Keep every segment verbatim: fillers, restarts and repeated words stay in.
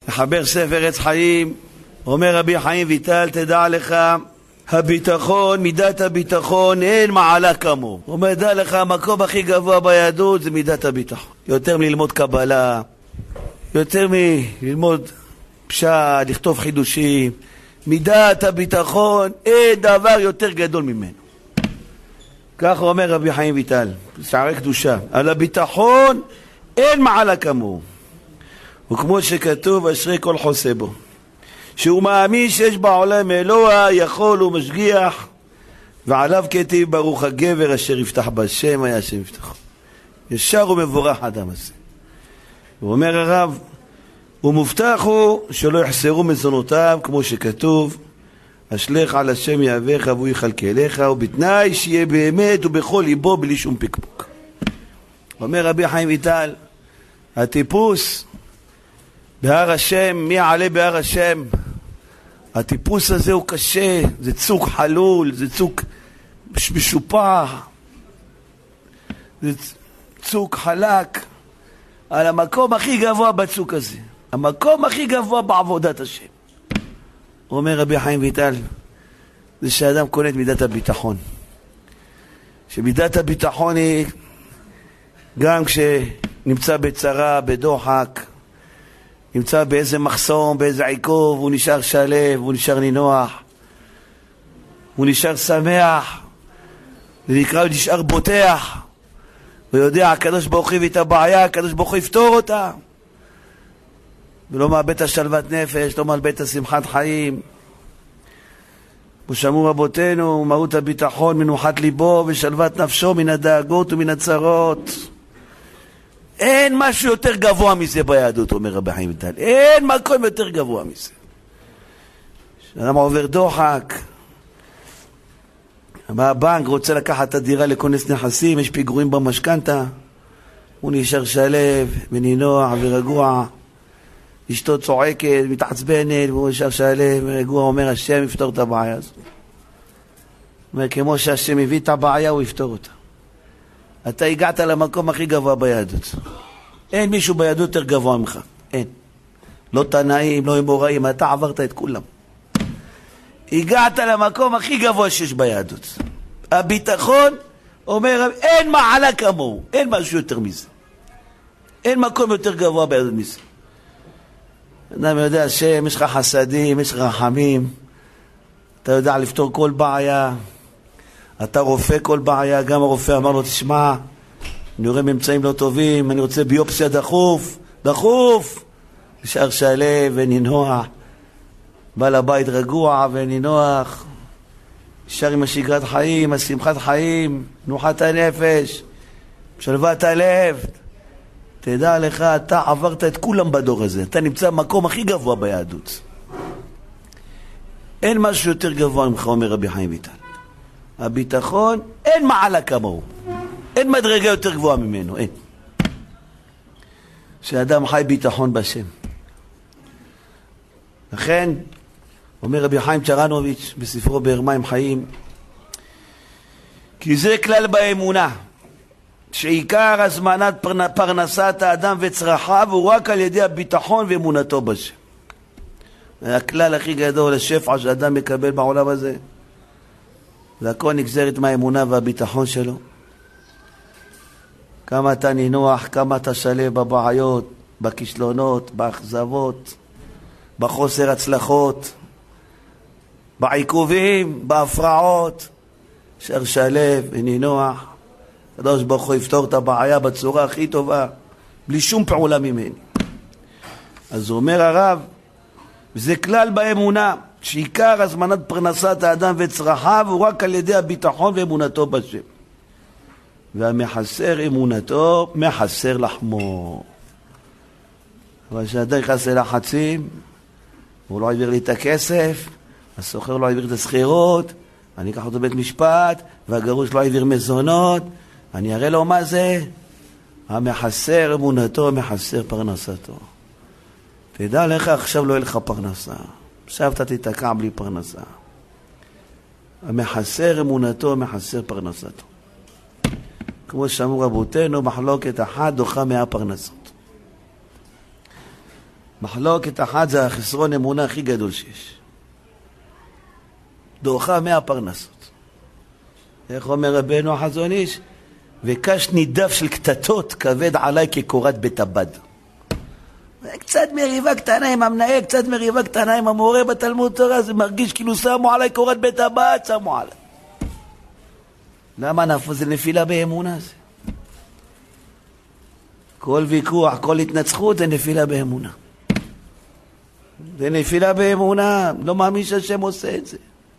מחבר ספר עץ חיים, אומר רבי חיים ויטל, תדע לך, הביטחון, מידת הביטחון, אין מעלה כמו. הוא אומר, דע לך, המקום הכי גבוה ביהדות זה מידת הביטחון. יותר מללמוד קבלה, יותר מללמוד פשט, לכתוב חידושים. מידת הביטחון, אין דבר יותר גדול ממנו. כך אומר רבי חיים ויטל, שערי קדושה. על הביטחון אין מעלה כמו. וכמו שכתוב, אשרי כל חוסה בו. שהוא מאמין שיש בעולם אלוה, יכול ומשגיח, ועליו כתיב ברוך הגבר אשר יפתח בשם, היה השם יפתחו. ישר ומבורך אדם הזה. הוא אומר הרב, ומובטח הוא שלא יחסרו מזונותיו, כמו שכתוב, אשליך על השם יהבך והוא יכלכלך, ובתנאי שיהיה באמת ובכל ליבו בלי שום פקפוק. אומר רבי חיים ויטל, הטיפוס בהר השם, מי עלה בהר השם? הטיפוס הזה הוא קשה, זה צוק חלול, זה צוק משופע, זה צוק חלק, על המקום הכי גבוה בצוק הזה, המקום הכי גבוה בעבודת השם. אומר רבי חיים ויטל, זה שאדם קונה את מידת הביטחון. שמידת הביטחון היא גם כשנמצא בצרה, בדוחק, נמצא באיזה מחסום, באיזה עיכוב, הוא נשאר שלב, הוא נשאר נינוח, הוא נשאר שמח, זה נקרא, הוא נשאר בוטח, הוא יודע, הקדוש ברוך הוא הביא את הבעיה, הקדוש ברוך הוא יפתור אותה, ולא מאבד את השלוות נפש, לא מאבד את השמחת חיים. ושמעו רבותינו, מהות הביטחון מנוחת ליבו ושלוות נפשו מן הדאגות ומן הצרות. אין משהו יותר גבוה מזה ביהדות, אומר רבי חיים ויטל. אין מקום יותר גבוה מזה. כשאדם עובר דוחק, הבנק רוצה לקחת את הדירה לכונס נכסים, יש פיגורים במשכנתה, הוא נשאר שלב ונינוח ורגוע, אשתו צועקת, מתעצבנת, והוא נשאר שלב ורגוע, אומר השם יפתור את הבעיה הזאת. אומר, כמו שהשם הביא את הבעיה, הוא יפתור אותה. אתה הגעת למקום הכי גבוה ביהדות. אין מישהו ביהדות יותר גבוה ממך. אין. לא תנאים, לא אמוראים, אתה עברת את כולם. הגעת למקום הכי גבוה שיש ביהדות. הביטחון אומר, אין מעלה כמוהו. אין משהו יותר מזה. אין מקום יותר גבוה ביהדות מזה. אדם יודע השם, יש לך חסדים, יש לך רחמים. אתה יודע לפתור כל בעיה. אתה רופא כל בעיה, גם הרופא אמר לו, תשמע, אני רואה ממצאים לא טובים, אני רוצה ביופסיה דחוף, דחוף. נשאר שלב ונינוח, בא לבית רגוע ונינוח, נשאר עם השגרת חיים, השמחת חיים, נוחת הנפש, שלוות הלב. תדע לך, אתה עברת את כולם בדור הזה, אתה נמצא במקום הכי גבוה ביהדות. אין משהו יותר גבוה ממך, אומר רבי חיים ויטל. הביטחון, אין מעלה כמוהו. אין מדרגה יותר גבוהה ממנו, אין. שאדם חי ביטחון בשם. לכן, אומר רבי חיים צ'רנוביץ' בספרו באר מים חיים, כי זה כלל באמונה, שעיקר הזמנת פרנסת האדם וצרכיו הוא רק על ידי הביטחון ואמונתו בשם. הכלל הכי גדול, השפע שאדם מקבל בעולם הזה, והכל נגזרת מהאמונה והביטחון שלו. כמה אתה נינוח, כמה אתה שלב בבעיות, בכישלונות, באכזבות, בחוסר הצלחות, בעיכובים, בהפרעות, שר שלב ונינוח. הקדוש ברוך הוא יפתור את הבעיה בצורה הכי טובה, בלי שום פעולה ממני. אז הוא אומר הרב, וזה כלל באמונה, שעיקר הזמנת פרנסת האדם וצרכיו הוא רק על ידי הביטחון ואמונתו בשם. והמחסר אמונתו, מחסר לחמו. אבל כשאדם נכנס ללחצים, הוא לא העביר לי את הכסף, הסוחר לא העביר את הסחירות, אני אקח אותו בית משפט, והגרוש לא העביר מזונות, אני אראה לו מה זה. המחסר אמונתו, מחסר פרנסתו. תדע לך, עכשיו לא יהיה לך פרנסה. עכשיו אתה תתקע בלי פרנסה. המחסר אמונתו, מחסר פרנסתו. כמו שאמרו רבותינו, מחלוקת אחת דוחה מאה פרנסות. מחלוקת אחת זה החסרון אמונה הכי גדול שיש. דורכה מאה פרנסות. איך אומר רבנו החזון איש? וקש נידף של קטטות כבד עליי כקורת בית הבד. קצת מריבה קטנה עם המנהל, קצת מריבה קטנה עם המורה בתלמוד תורה, זה מרגיש כאילו שמו עליי קורת בית הבד, שמו עליי. למה נפו? זה נפילה באמונה זה. כל ויכוח, כל התנצחות זה נפילה באמונה. זה נפילה באמונה, לא מאמין שהשם עושה את זה.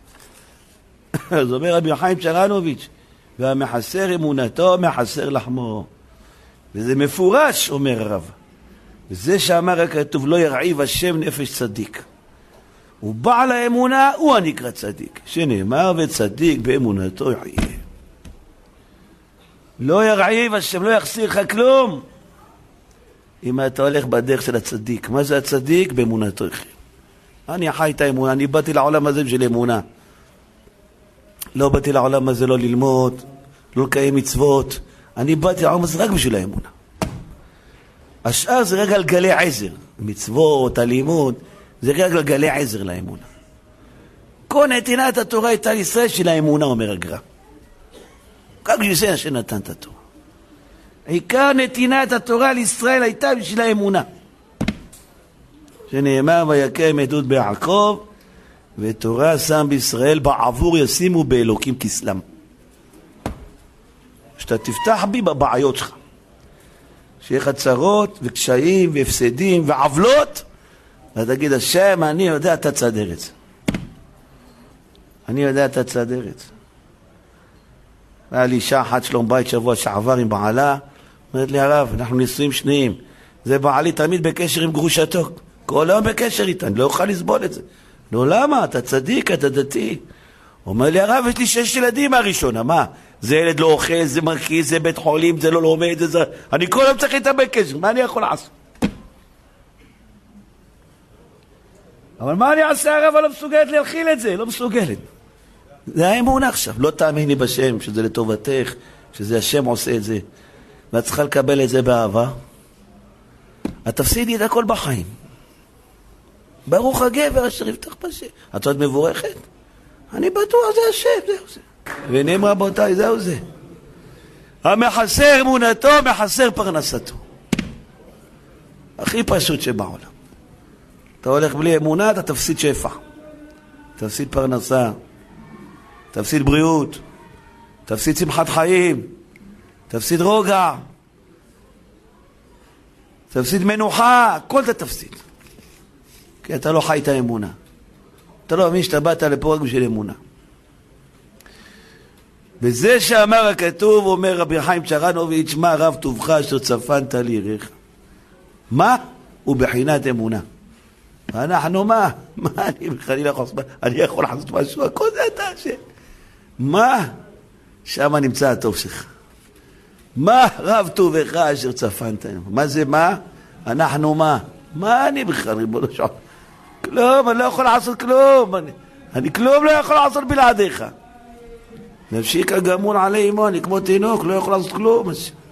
אז אומר רבי חיים צ'רנוביץ', והמחסר אמונתו מחסר לחמו. וזה מפורש, אומר הרב. וזה שאמר הכתוב, לא ירעיב השם נפש צדיק. ובעל האמונה הוא הנקרא צדיק. שנאמר וצדיק באמונתו יחיה. לא ירעיב השם, לא יחסיר לך כלום. אם אתה הולך בדרך של הצדיק. מה זה הצדיק? באמונתו יחיה. אני חי את האמונה, אני באתי לעולם הזה בשביל אמונה. לא באתי לעולם הזה לא ללמוד, לא לקיים מצוות. אני באתי לעולם הזה רק בשביל האמונה. השאר זה רק גלגלי עזר. מצוות, הלימוד, זה רק גלגלי עזר לאמונה. כל נתינת התורה הייתה לישראל של האמונה, אומר הגר"א. רק בשביל זה השם נתן את התורה. עיקר נתינת התורה לישראל הייתה בשביל האמונה. שנאמר ויקם עדות ביעקב, ותורה שם בישראל בעבור ישימו באלוקים כסלם. שאתה תפתח בי בבעיות שלך. שיהיה לך צרות וקשיים והפסדים ועוולות, ואתה תגיד, השם, אני יודע, אתה תסדר את זה. אני יודע, אתה תסדר את זה. היה לי אישה אחת שלום בית שבוע שעבר עם בעלה, אומרת לי, הרב, אנחנו נישואים שניים. זה בעלי תמיד בקשר עם גרושתו. כל היום בקשר איתה, אני לא אוכל לסבול את זה. לא, למה? אתה צדיק, אתה דתי. אומר לי, הרב, יש לי שש ילדים מהראשונה, מה? זה ילד לא אוכל, זה מרקיס, זה בית חולים, זה לא לומד, זה זה... אני כל היום צריך איתה בקשר, מה אני יכול לעשות? אבל מה אני אעשה, הרב? אני לא מסוגלת להכיל את זה, לא מסוגלת. זה האמונה עכשיו. לא תאמיני בשם, שזה לטובתך, שזה השם עושה את זה. ואת צריכה לקבל את זה באהבה. את תפסידי את הכל בחיים. ברוך הגבר אשר יפתח בשם. את עוד מבורכת? אני בטוח, זה השם, זהו זה. ונאם רבותיי, זהו זה. המחסר אמונתו, מחסר פרנסתו. הכי פשוט שבעולם. אתה הולך בלי אמונה, אתה תפסיד שפע. תפסיד פרנסה. תפסיד בריאות. תפסיד שמחת חיים. תפסיד רוגע. תפסיד מנוחה. כל זה תפסיד. כי אתה לא חי את האמונה. אתה לא מאמין שאתה באת לפה רק בשביל אמונה. וזה שאמר הכתוב, אומר רבי חיים צ'רנוביץ', מה רב טובך אשר צפנת לירך? מה? הוא בחינת אמונה. ואנחנו מה? מה אני בכלל יכול לעשות? אני יכול לעשות משהו? הכל זה אתה השם. מה? שם נמצא הטוב שלך. מה רב טובך אשר צפנת? מה זה מה? אנחנו מה? מה אני בכלל ריבונו של עולם? כלום, אני לא יכול לעשות כלום. אני, אני כלום לא יכול לעשות בלעדיך. נפשיק הגמור עלי אמו, אני כמו תינוק, לא יכול לעשות כלום.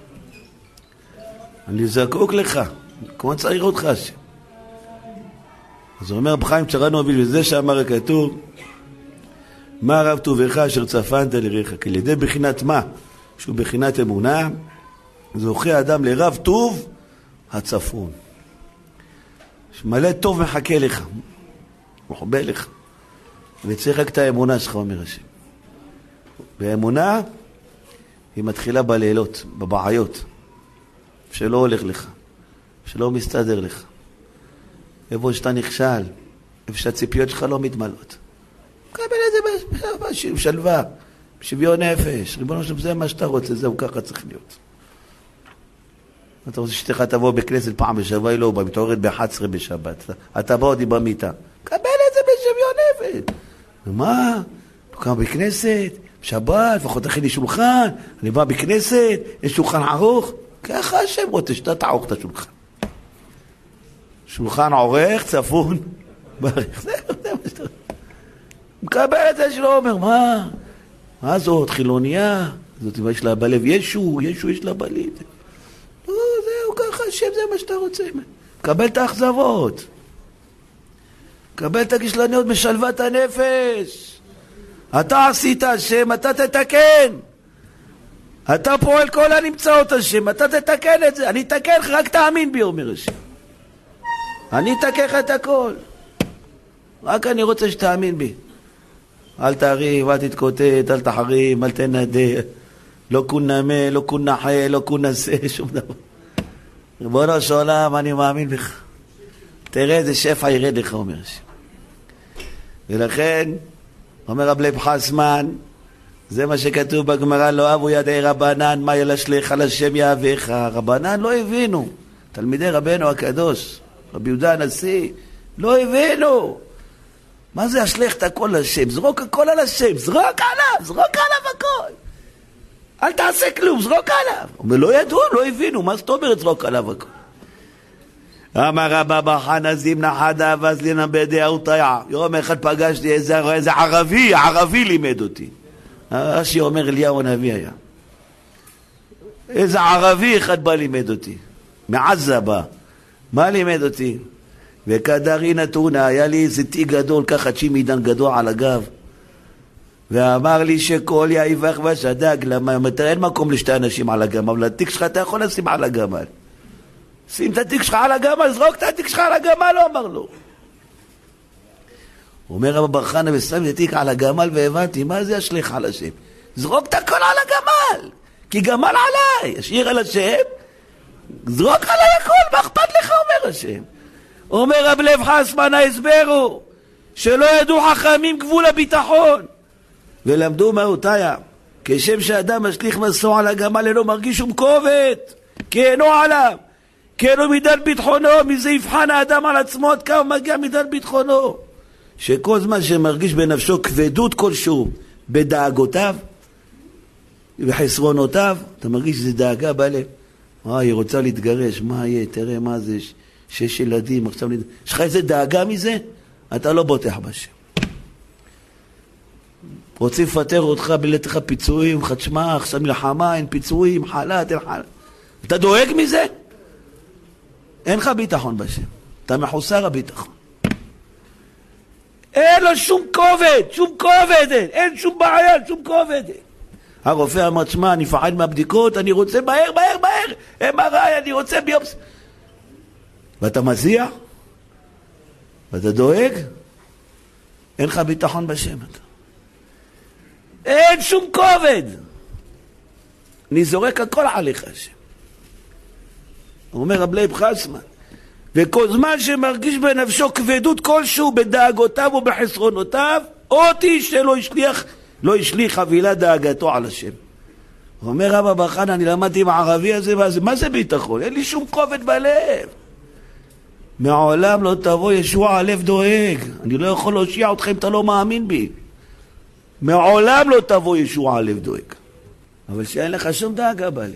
אני זקוק לך, כמו צריך אותך. אז הוא אומר בחיים צ'רנוביץ' וזה שאמר הכתוב, מה רב טובך אשר צפנת לריך? כי לידי בחינת מה? שהוא בחינת אמונה, זוכה אדם לרב טוב הצפון. שמלא טוב מחכה לך, מחובה לך. וצריך רק את האמונה שלך, אומר השם. באמונה היא מתחילה בלילות, בבעיות, שלא הולך לך, שלא מסתדר לך. איפה שאתה נכשל, איפה שהציפיות שלך לא מתמלות. קבל את זה בשלווה, בשוויון נפש. ריבונו של זה מה שאתה רוצה, זהו ככה צריך להיות. אתה רוצה שתך תבוא בכנסת פעם בשבוע, היא לא בא, מתעוררת ב-אחת עשרה בשבת. אתה בא עוד במיטה. קבל את זה בשוויון נפש. ומה? אתה קם בכנסת, בשבת, לפחות תכין לי שולחן, אני בא בכנסת, יש שולחן ערוך. ככה השם רוצה שאתה תערוך את השולחן. שולחן עורך, צפון, ברך. זה מה שאתה... מקבל את זה שלא אומר, מה? מה זאת? חילוניה? זאת יש לה בלב ישו, ישו יש לה בלב. לא, זהו, ככה השם, זה מה שאתה רוצה. קבל את האכזבות. קבל את הכישלוניות בשלוות הנפש. אתה עשית השם, אתה תתקן. אתה פועל כל הנמצאות השם, אתה תתקן את זה. אני אתקן לך, רק תאמין בי, אומר השם. אני אתקן לך את הכל. רק אני רוצה שתאמין בי. אל תריב, אל תתקוטט, אל תחרים, אל תנדה. לא כונמה, לא כונחה, לא כונסה, שום דבר. ריבונו של עולם, אני מאמין בך. תראה איזה שפע ירד לך, אומר השם. ולכן, אומר רב לב חסמן, זה מה שכתוב בגמרא, לא אהבו ידי רבנן, מה ילשלך על השם יאהבך. רבנן לא הבינו. תלמידי רבנו הקדוש, רבי יהודה הנשיא, לא הבינו. מה זה השלך את הכל לשם? זרוק הכל על השם, זרוק עליו, זרוק עליו הכל. אל תעשה כלום, זרוק עליו. אבל לא ידעו, לא הבינו, מה זאת אומרת זרוק עליו הכל? אמר רבא בר חנא זימנא חדא וזלינא בידי אוטיה. יום אחד פגשתי איזה, איזה ערבי, ערבי לימד אותי. רש"י אומר אליהו הנביא היה. איזה ערבי אחד בא לימד אותי. מעזה בא. מה לימד אותי? וכדרי נתונה, היה לי איזה תיק גדול, ככה צ'ימידן גדול על הגב. ואמר לי שכל יאיבך ושדג, למה אין מקום לשתי אנשים על הגמל, אבל התיק שלך אתה יכול לשים על הגמל. שים את התיק שלך על הגמל, זרוק את התיק שלך על הגמל, לא אמר לו. אומר רבא בר חנא ושם את התיק על הגמל והבנתי, מה זה השליח על השם? זרוק את הכל על הגמל, כי גמל עליי, השאיר על השם, זרוק עליי הכל, מה אכפת לך, אומר השם. אומר רב לב חסמן ההסברו, שלא ידעו חכמים גבול הביטחון, ולמדו מאותיה, כשם שאדם משליך מסוע על הגמל אינו מרגיש שום כובד, כי אינו עליו, כי אינו מידת ביטחונו, מזה יבחן האדם על עצמו עד כמה מגיע מידת ביטחונו, שכל זמן שמרגיש בנפשו כבדות כלשהו בדאגותיו וחסרונותיו, אתה מרגיש שזה דאגה בלב. אה, היא רוצה להתגרש, מה יהיה? תראה מה זה, שש ילדים, עכשיו נד... יש לך איזה דאגה מזה? אתה לא בוטח בשם. רוצים לפטר אותך בלי לתת לך פיצויים, חשמה, עכשיו מלחמה, אין פיצויים, חלת, אין חלת. אתה דואג מזה? אין לך ביטחון בשם. אתה מחוסר הביטחון. אין לו שום כובד, שום כובד, אין, אין שום בעיה, שום כובד. הרופא אמר, שמה, אני פחד מהבדיקות, אני רוצה מהר, מהר, מהר, אם הרי, אני רוצה ביופס. ואתה מזיע? ואתה דואג? אין לך ביטחון בשם. אתה. אין שום כובד. אני זורק הכל עליך השם. הוא אומר רב לייב חסמן, וכל זמן שמרגיש בנפשו כבדות כלשהו בדאגותיו ובחסרונותיו, אותי שלא ישליח, לא ישליח חבילה דאגתו על השם. הוא אומר רבא בר חנא, אני למדתי עם הערבי הזה, וזה, מה זה ביטחון? אין לי שום כובד בלב. מעולם לא תבוא ישוע, הלב דואג. אני לא יכול להושיע אותך אם אתה לא מאמין בי. מעולם לא תבוא ישוע, הלב דואג. אבל שאין לך שום דאגה בלב.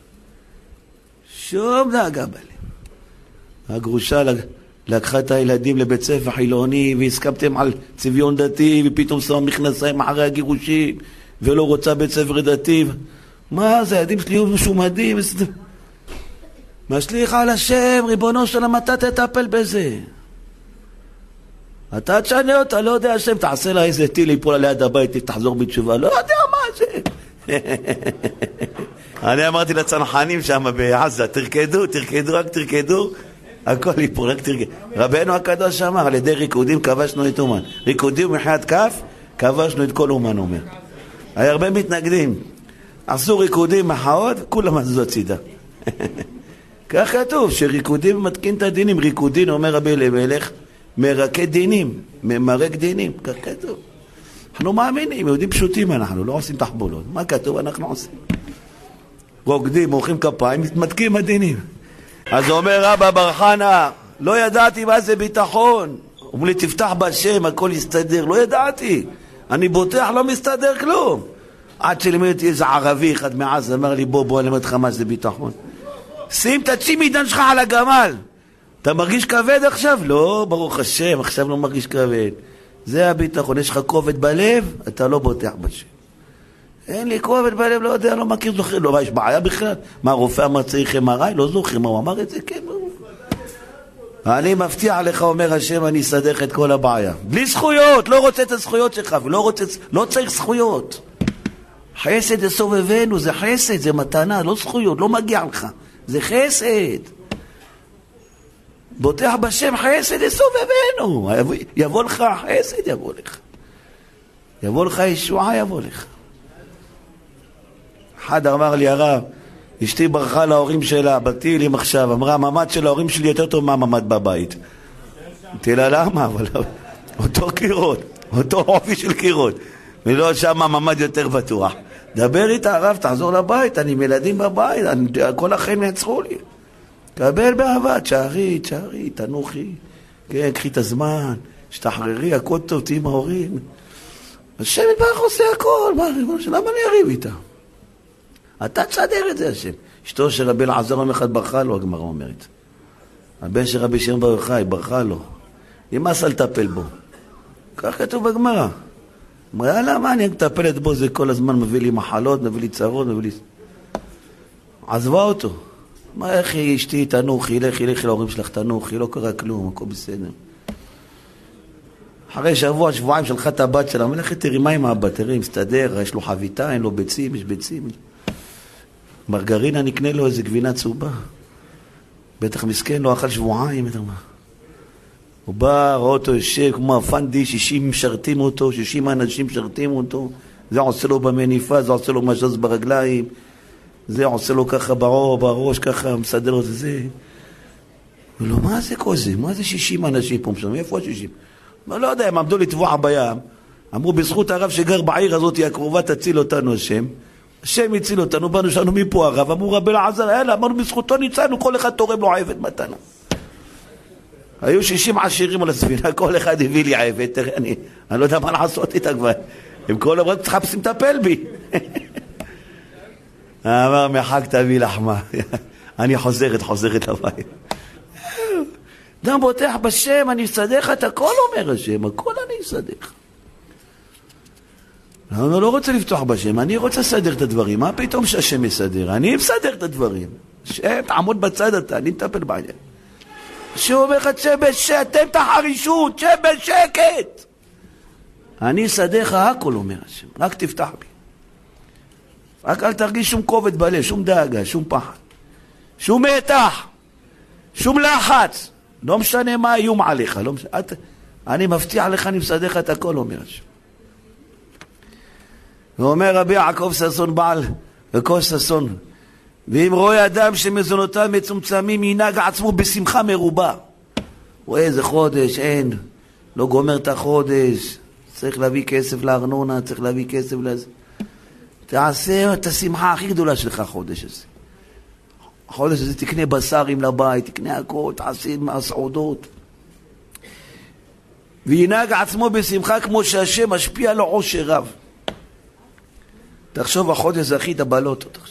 שום דאגה בלב. הגרושה לקחה את הילדים לבית ספר חילוני, והסכמתם על צביון דתי, ופתאום שמה מכנסיים אחרי הגירושים, ולא רוצה בית ספר דתי. מה זה? הילדים שלי היו משומדים. משליך על השם, ריבונו שלם, אתה תטפל בזה. אתה תשנה אותה, לא יודע השם, תעשה לה איזה טיל, יפול עליה ליד הבית, תחזור בתשובה. לא יודע מה זה. אני אמרתי לצנחנים שם בעזה, תרקדו, תרקדו, רק תרקדו, הכל יפול, רק תרקדו. רבנו הקדוש אמר, על ידי ריקודים כבשנו את אומן. ריקודים ומחיית כף, כבשנו את כל אומן, אומר. היה הרבה מתנגדים. עשו ריקודים, מחאות, כולם עזו הצידה. כך כתוב, שריקודים מתקין את הדינים. ריקודין, אומר רבי אלימלך, מרקד דינים, ממרק דינים. כך כתוב. אנחנו מאמינים, יהודים פשוטים אנחנו, לא עושים תחבולות. מה כתוב? אנחנו עושים. רוקדים, מוחאים כפיים, מתמתקים הדינים. אז אומר רבא בר חנא, לא ידעתי מה זה ביטחון. אומר לי, תפתח בשם, הכל יסתדר. לא ידעתי. אני בוטח, לא מסתדר כלום. עד שלימדתי איזה ערבי אחד מעזה, אמר לי, בוא, בוא, אני אמרתי לך מה זה ביטחון. שים את הצ'ימידן שלך על הגמל. אתה מרגיש כבד עכשיו? לא, ברוך השם, עכשיו לא מרגיש כבד. זה הביטחון. יש לך כובד בלב, אתה לא בוטח בשם. אין לי כובד בלב, לא יודע, לא מכיר, זוכר. לא, מה, יש בעיה בכלל? מה, הרופא אמר צריך אם אר איי? לא זוכר. מה, הוא אמר את זה? כן, ברור. אני מבטיח לך, אומר השם, אני אסדך את כל הבעיה. בלי זכויות, לא רוצה את הזכויות שלך, ולא רוצה, לא צריך זכויות. חסד זה סובבנו, זה חסד, זה מתנה, לא זכויות, לא מגיע לך. זה חסד. בוטח בשם חסד זה סובבנו. יבוא לך חסד, יבוא לך. יבוא לך ישועה, יבוא לך. אחד אמר לי, הרב, אשתי ברכה להורים שלה, בטיל עם עכשיו, אמרה, הממד של ההורים שלי יותר טוב מהממד בבית. אמרתי לה, למה? אבל אותו קירות, אותו אופי של קירות. ולא שם הממד יותר בטוח. דבר איתה, הרב, תחזור לבית, אני עם ילדים בבית, אני, כל החיים נעצרו לי. קבל באהבה, תשארי, תשארי, תנוחי. כן, קחי את הזמן, שתחררי, הכל טוב, תהי עם ההורים. השם יתברך עושה הכל, מה, למה אני אריב איתה? אתה תסדר את זה, השם. אשתו של רבי אלעזר יום אחד ברכה לו, הגמרא אומרת. הבן של רבי שמעון בר יוחאי ברכה לו. נמאס לטפל בו. כך כתוב בגמרא. אמרה, יאללה, מה אני מטפלת בו? זה כל הזמן מביא לי מחלות, מביא לי צרות, מביא לי... עזבה אותו. מה, איך היא אשתי, תנוחי, לכי, לכי להורים שלך, תנוחי, לא קרה כלום, הכל בסדר. אחרי שבוע, שבועיים שלך את הבת שלה, מלכת תראי מה עם הבת, תראי, מסתדר, יש לו חביתה, אין לו ביצים, יש ביצים. מרגרינה נקנה לו איזה גבינה צהובה. בטח מסכן, לא אכל שבועיים, יותר מה. הוא בא, רואה אותו יושב כמו הפנדי, שישים משרתים אותו, שישים אנשים משרתים אותו. זה עושה לו במניפה, זה עושה לו משז ברגליים, זה עושה לו ככה בעור, בראש, ככה מסדר לו את זה. ולא, מה זה כל זה? מה זה שישים אנשים פה משרתים? איפה השישים? לא יודע, הם עמדו לטבוע בים, אמרו, בזכות הרב שגר בעיר הזאת, הקרובה תציל אותנו השם. השם הציל אותנו, באנו שלנו מפה הרב, אמרו רבי אלעזר, אלה, אמרנו, בזכותו ניצלנו, כל אחד תורם לו עבד מתנה. היו שישים עשירים על הספינה, כל אחד הביא לי עבד, תראה, אני, אני לא יודע מה לעשות איתה כבר. הם כל הזמן צריכים לטפל בי. אמר, מחק תביא לחמה. אני חוזרת, חוזרת לבית. אדם בוטח בשם, אני אסדך את הכל, אומר השם, הכל אני אסדך. אני לא רוצה לפתוח בשם, אני רוצה לסדר את הדברים. מה פתאום שהשם יסדר? אני אסדר את הדברים. שם, תעמוד בצד אתה, אני מטפל בעניין. שהוא אומר לך, שבשקט, אתם תחרישות, שבשקט. אני אסדך הכל, אומר השם, רק תפתח בי. רק אל תרגיש שום כובד בלב, שום דאגה, שום פחד. שום מתח, שום לחץ. לא משנה מה איום עליך, לא משנה. את, אני מבטיח לך, אני מסדך את הכל, אומר השם. ואומר רבי יעקב ששון בעל וכל ששון, ואם רואה אדם שמזונותיו מצומצמים, ינהג עצמו בשמחה מרובה. רואה איזה חודש, אין, לא גומר את החודש, צריך להביא כסף לארנונה, צריך להביא כסף לזה. תעשה את השמחה הכי גדולה שלך החודש הזה. החודש הזה תקנה בשרים לבית, תקנה הכל, תעשה מהסעודות. וינהג עצמו בשמחה כמו שהשם משפיע לו עושר רב. תחשוב, החודש זה הכי דבלות, תחשוב.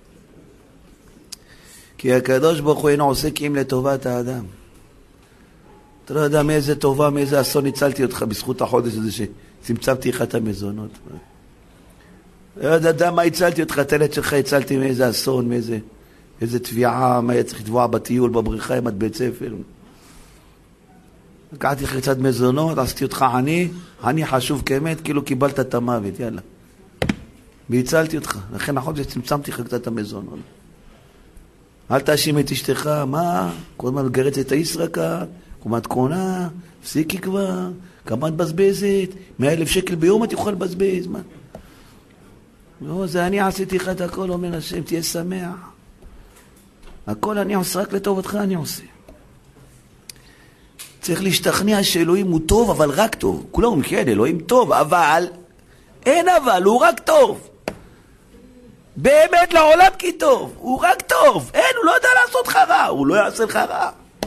כי הקדוש ברוך הוא אינו עושה כי אם לטובת האדם. אתה לא יודע מאיזה טובה, מאיזה אסון ניצלתי אותך בזכות החודש הזה שצמצמתי לך את המזונות. לא יודע מה הצלתי אותך, את הילד שלך הצלתי מאיזה אסון, מאיזה איזה תביעה, מה היה צריך לתבוע בטיול, בבריחה עם את בית ספר. לקחתי לך קצת מזונות, עשיתי אותך עני, עני חשוב כאמת, כאילו קיבלת את המוות, יאללה. והצלתי אותך, לכן החודש צמצמתי לך קצת את המזונות. אל תאשים את אשתך, מה? כל הזמן מגרצת את הישרקה, קומת קונה, הפסיקי כבר, כמה את בזבזת, מאה אלף שקל ביום את יכול לבזבז, מה? לא, זה אני עשיתי לך את הכל, אומר השם, תהיה שמח. הכל אני עושה, רק לטובתך אני עושה. צריך להשתכנע שאלוהים הוא טוב, אבל רק טוב. כולם אומרים, כן, אלוהים טוב, אבל אין אבל, הוא רק טוב. באמת לעולם כי טוב, הוא רק טוב. אין, הוא לא יודע לעשות לך רע, הוא לא יעשה לך רע.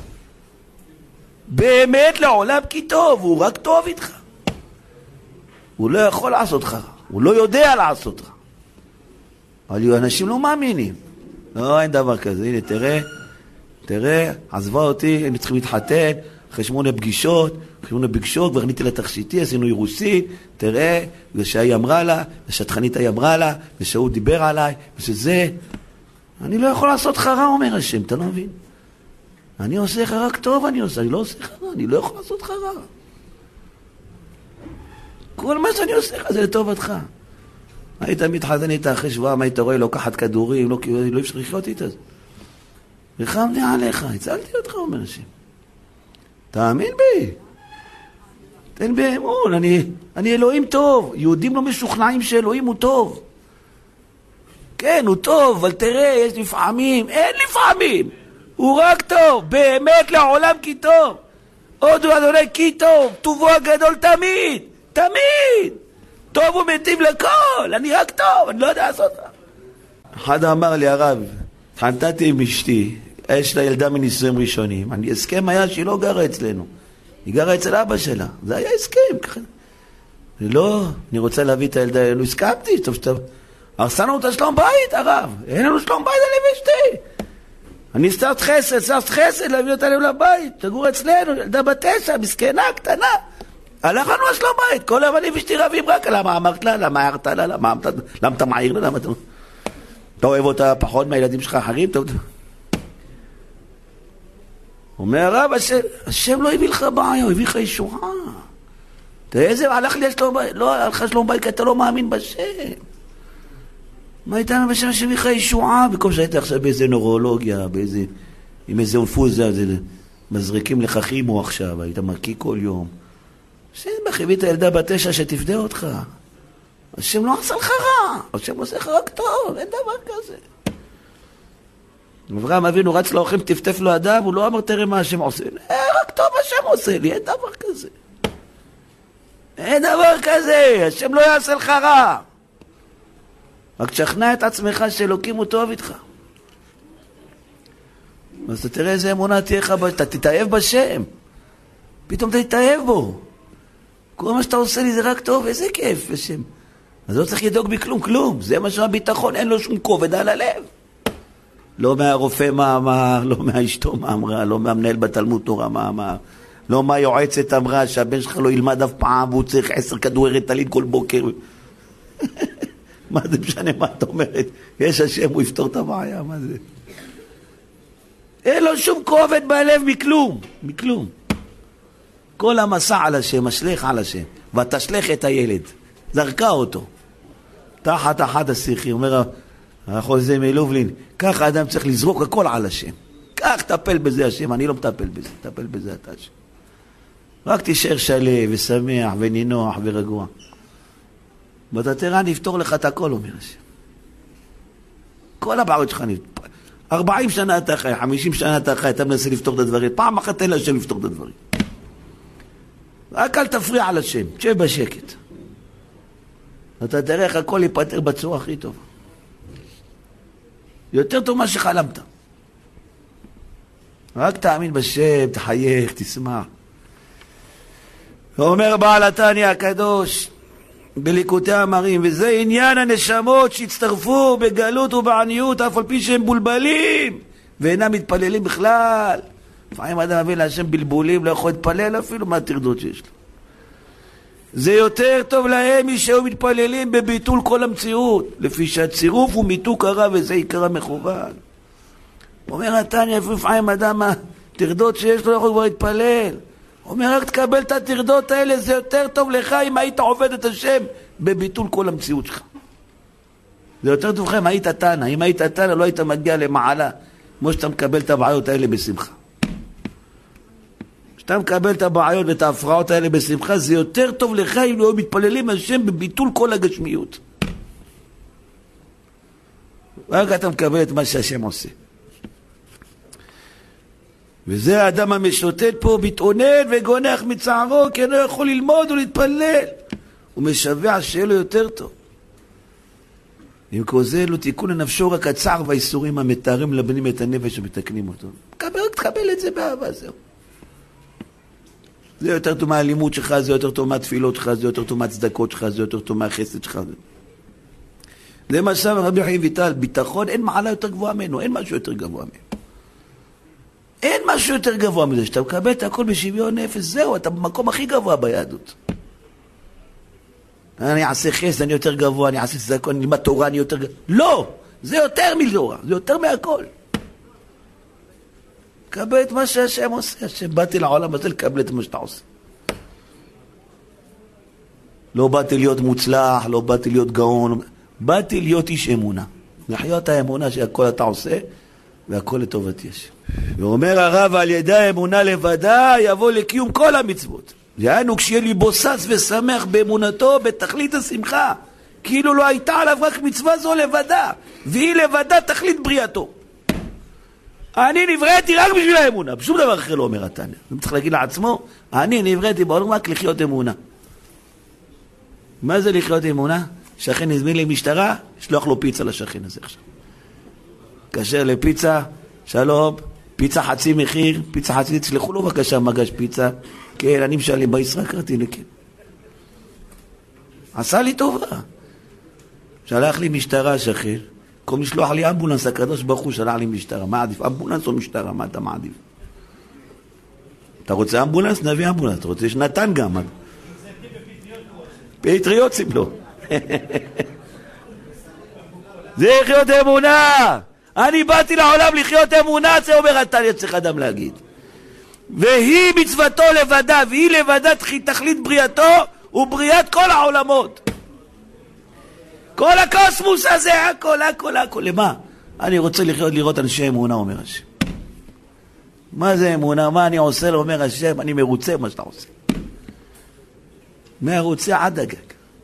באמת לעולם כי טוב, הוא רק טוב איתך. הוא לא יכול לעשות לך רע, הוא לא יודע לעשות רע. אבל אנשים לא מאמינים. לא, אין דבר כזה. הנה, תראה, תראה, עזבה אותי, אני צריכים להתחתן, אחרי שמונה פגישות, אחרי שמונה פגישות, כבר עניתי לתכשיטי, עשינו אירוסין, תראה, ושהיא אמרה לה, ושהתחנית היא אמרה לה, ושהוא דיבר עליי, ושזה, אני לא יכול לעשות לך רע, אומר השם, אתה לא מבין? אני עושה לך רק טוב, אני עושה, אני לא עושה לך רע, אני לא יכול לעשות לך רע. כל מה שאני עושה לך זה לטובתך. היית מתחזן איתה אחרי שבועם, היית רואה לוקחת כדורים, לא, לא אפשר לחיות איתה. רחמתי עליך, הצלתי אותך, אומר השם. תאמין בי. תן בי אמון, אני, אני אלוהים טוב. יהודים לא משוכנעים שאלוהים הוא טוב. כן, הוא טוב, אבל תראה, יש לפעמים, אין לפעמים. הוא רק טוב, באמת לעולם כי טוב. הודו אדוני כי טוב, טובו הגדול תמיד, תמיד. טוב ומטיב לכל, אני רק טוב, אני לא יודע לעשות. אחד אמר לי, הרב, התחתנתי עם אשתי, יש לה ילדה מנישואים ראשונים. אני, הסכם היה שהיא לא גרה אצלנו, היא גרה אצל אבא שלה. זה היה הסכם. לא, אני רוצה להביא את הילדה אלינו, הסכמתי, טוב שטוב. הרסנו את השלום בית, הרב. אין לנו שלום בית, אני ואשתי. אני סתרת חסד, סתרת חסד, להביא אותה אלינו לבית. תגור אצלנו, ילדה בתשע, מסכנה, קטנה. הלך לנו השלום בית. כל היום אני ואשתי רבים רק. למה אמרת לה? למה הערת לה? למה, למה אתה מעיר לה? למה אתה... אתה אוהב אותה פחות מהילדים שלך אחרים? טוב. אומר הרב, השם, השם לא הביא לך בעיה, הוא הביא לך ישועה. תראה איזה, הלך לי השלום בית. לא הלך שלום בית, כי אתה לא מאמין בשם. מה הייתה בשם שהביא לך ישועה? במקום שהיית עכשיו באיזה נורולוגיה, באיזה, עם איזה אונפוזיה, מזריקים לך כימו עכשיו, היית מקיא כל יום. השם הביא את הילדה בתשע שתפדה אותך. השם לא עשה לך רע, השם עושה לך רק טוב, אין דבר כזה. אברהם אבינו רץ לאוכלים, טפטף לו אדם, הוא לא אמר תראה מה השם עושה. רק טוב השם עושה לי, אין דבר כזה. אין דבר כזה, השם לא יעשה לך רע. רק תשכנע את עצמך שאלוקים הוא טוב איתך. אז אתה תראה איזה אמונה תהיה לך, אתה תתאהב בשם. פתאום אתה תתאהב בו. כל מה שאתה עושה לי זה רק טוב, איזה כיף בשם. אז לא צריך לדאוג בכלום, כלום. זה מה שהביטחון, אין לו שום כובד על הלב. לא מהרופא מה אמר, לא מהאשתו מה אמרה, לא מהמנהל בתלמוד תורה מה אמר, לא מהיועצת אמרה שהבן שלך לא ילמד אף פעם והוא צריך עשר כדורי ריטלין כל בוקר. מה זה משנה מה את אומרת? יש השם, הוא יפתור את הבעיה, מה זה? אין לו שום כובד בלב מכלום, מכלום. כל המסע על השם, השלך על השם, ותשלך את הילד, זרקה אותו. תחת אחד השיחי, אומר החוזה מלובלין, כך האדם צריך לזרוק הכל על השם. כך תטפל בזה השם, אני לא מטפל בזה, תטפל בזה אתה השם. רק תישאר שלב ושמח ונינוח ורגוע. ואתה תראה, אני אפתור לך את הכל, אומר השם. כל הבעיות שלך נפתור. ארבעים שנה אתה חי, חמישים שנה אתה חי, אתה מנסה לפתור את הדברים. פעם אחת תן להשם לפתור את הדברים. רק אל תפריע על השם, תשב בשקט. אתה תראה איך הכל ייפטר בצורה הכי טובה. יותר טוב מה שחלמת. רק תאמין בשם, תחייך, תשמח. ואומר בעל התניא הקדוש, בליקוטי המרים, וזה עניין הנשמות שהצטרפו בגלות ובעניות, אף על פי שהם בולבלים, ואינם מתפללים בכלל. לפעמים אדם מבין להשם בלבולים, לא יכול להתפלל אפילו מהטרדות שיש לו. זה יותר טוב להם משהיו מתפללים בביטול כל המציאות, לפי שהצירוף הוא מיתוק הרע וזה עיקר המכוון. אומר התניא, לפעמים אדם הטרדות שיש לו לא יכול כבר להתפלל. אומר, רק תקבל את הטרדות האלה, זה יותר טוב לך אם היית עובד את השם בביטול כל המציאות שלך. זה יותר טוב לך אם היית תנא, אם היית תנא לא היית מגיע למעלה, כמו שאתה מקבל את הבעיות האלה בשמחה. כשאתה מקבל את הבעיות ואת ההפרעות האלה בשמחה, זה יותר טוב לך אם לא מתפללים השם בביטול כל הגשמיות. רק אתה מקבל את מה שהשם עושה. וזה האדם המשוטט פה, מתעונן וגונח מצערו, כי אינו יכול ללמוד ולהתפלל. הוא משווה שיהיה לו יותר טוב. אם כל זה לא תיקון לנפשו רק הצער והאיסורים המתארים לבנים את הנפש ומתקנים אותו. קבל, תקבל את זה באהבה, זהו. זה יותר טוב מהלימוד שלך, זה יותר טוב מהתפילות שלך, זה יותר טוב מהצדקות שלך, זה יותר טוב מהחסד שלך. זה מה שאמר רבי חיים ויטל, ביטחון אין מעלה יותר גבוהה ממנו, אין משהו יותר גבוה ממנו. אין משהו יותר גבוה מזה, שאתה מקבל את הכל בשוויון נפש, זהו, אתה במקום הכי גבוה ביהדות. אני אעשה חסד, אני יותר גבוה, אני אעשה צדקות, אני אלמד תורה, אני יותר גבוה. לא! זה יותר מתורה, זה יותר מהכל. קבל את מה שהשם עושה. השם, באתי לעולם הזה לקבל את מה שאתה עושה. לא באתי להיות מוצלח, לא באתי להיות גאון, באתי להיות איש אמונה. לחיות האמונה שהכל אתה עושה, והכל לטובת יש. ואומר הרב, על ידי האמונה לבדה יבוא לקיום כל המצוות. יענו כשיהיה לי בוסס ושמח באמונתו בתכלית השמחה, כאילו לא הייתה עליו רק מצווה זו לבדה, והיא לבדה תכלית בריאתו. אני נבראתי רק בשביל האמונה, בשום דבר אחר לא אומר התנא. הוא צריך להגיד לעצמו, אני נבראתי בעולם רק לחיות אמונה. מה זה לחיות אמונה? שכן הזמין לי משטרה, שלוח לו פיצה לשכן הזה עכשיו. כאשר לפיצה, שלום, פיצה חצי מחיר, פיצה חצי, תשלחו לו בבקשה מגש פיצה, כן, אני משלם בישראל, קראתי לי כן. עשה לי טובה. שלח לי משטרה שכן, במקום לשלוח לי אמבולנס, הקדוש ברוך הוא שלח לי משטרה. מה עדיף? אמבולנס או משטרה? מה אתה מעדיף? אתה רוצה אמבולנס? נביא אמבולנס. אתה רוצה שנתן גם. פטריוטים לא. זה לחיות אמונה. אני באתי לעולם לחיות אמונה, זה אומר התניא, צריך אדם להגיד. והיא מצוותו לבדה, והיא לבדה תכלית בריאתו ובריאת כל העולמות. כל הקוסמוס הזה, הכל, הכל, הכל. למה? אני רוצה לחיות, לראות אנשי אמונה, אומר השם. מה זה אמונה? מה אני עושה? לו אומר השם, אני מרוצה מה שאתה עושה. מרוצה עד הגג.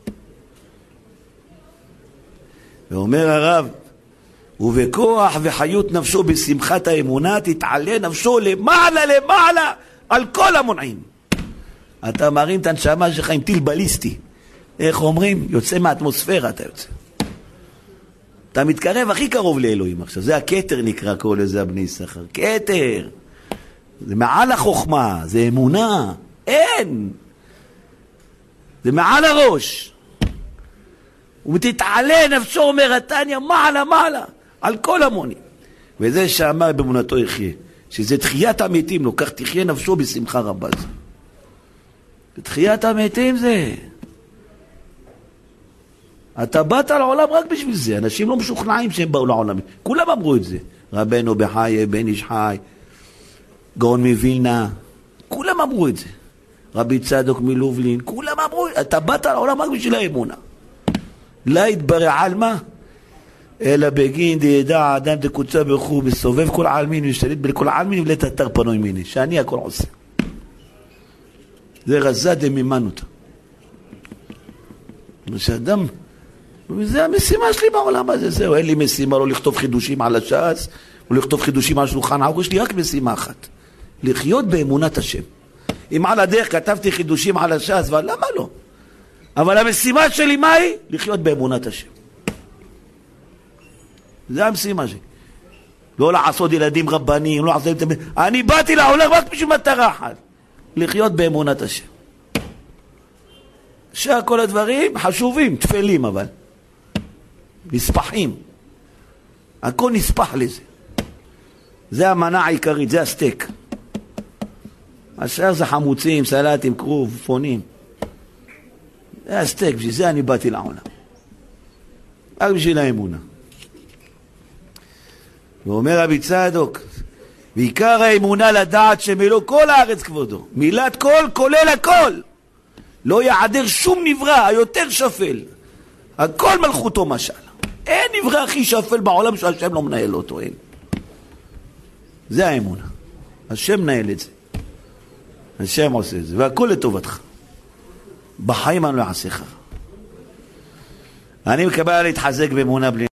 ואומר הרב, ובכוח וחיות נפשו בשמחת האמונה תתעלה נפשו למעלה למעלה על כל המונעים. אתה מרים את הנשמה שלך עם טיל בליסטי, איך אומרים? יוצא מהאטמוספירה אתה יוצא. אתה מתקרב הכי קרוב לאלוהים עכשיו. זה הכתר נקרא כל איזה הבני שכר. כתר. זה מעל החוכמה, זה אמונה. אין. זה מעל הראש. ותתעלה נפשו, אומר התניא, מעלה מעלה על כל המונים. וזה שאמר באמונתו יחיה, שזה תחיית המתים, לא כך תחיה נפשו בשמחה רבה. תחיית המתים זה... אתה באת לעולם רק בשביל זה. אנשים לא משוכנעים שהם באו לעולם. כולם אמרו את זה. רבנו בחיי, בן איש חי, גאון מווילנה, כולם אמרו את זה. רבי צדוק מלובלין, כולם אמרו, אתה באת לעולם רק בשביל האמונה. לא יתברע על מה? אלא בגין דידע האדם דקוצה בחור, בסובב כל העלמין, ושתלית בכל העלמין, ולתתר פנוי מיני, שאני הכל עושה. זה רזה דמימנות. שאדם... וזה המשימה שלי בעולם הזה, זהו, אין לי משימה לא לכתוב חידושים על הש"ס, או לכתוב חידושים על שולחן ערוך, יש לי רק משימה אחת, לחיות באמונת השם. אם על הדרך כתבתי חידושים על הש"ס, ולמה לא? אבל המשימה שלי מה היא? לחיות באמונת השם. זה המשימה שלי. לא לעשות ילדים רבנים, לא לעשות... אני באתי לעולם רק בשביל מטרה אחת, לחיות באמונת השם. שכל הדברים חשובים, תפלים אבל. נספחים. הכל נספח לזה. זה המנה העיקרית, זה הסטייק. השאר זה חמוצים, סלטים, כרוב, פונים. זה הסטייק, בשביל זה אני באתי לעולם. רק בשביל האמונה. ואומר רבי צדוק, ועיקר האמונה לדעת שמלוא כל הארץ כבודו. מילת כל כולל הכל. לא יעדר שום נברא היותר שפל. הכל מלכותו משל. אין נברא הכי שפל בעולם שהשם לא מנהל אותו, אין. זה האמונה. השם מנהל את זה. השם עושה את זה, והכל לטובתך. בחיים אני לא אעשה לך. אני מקבל להתחזק באמונה בלי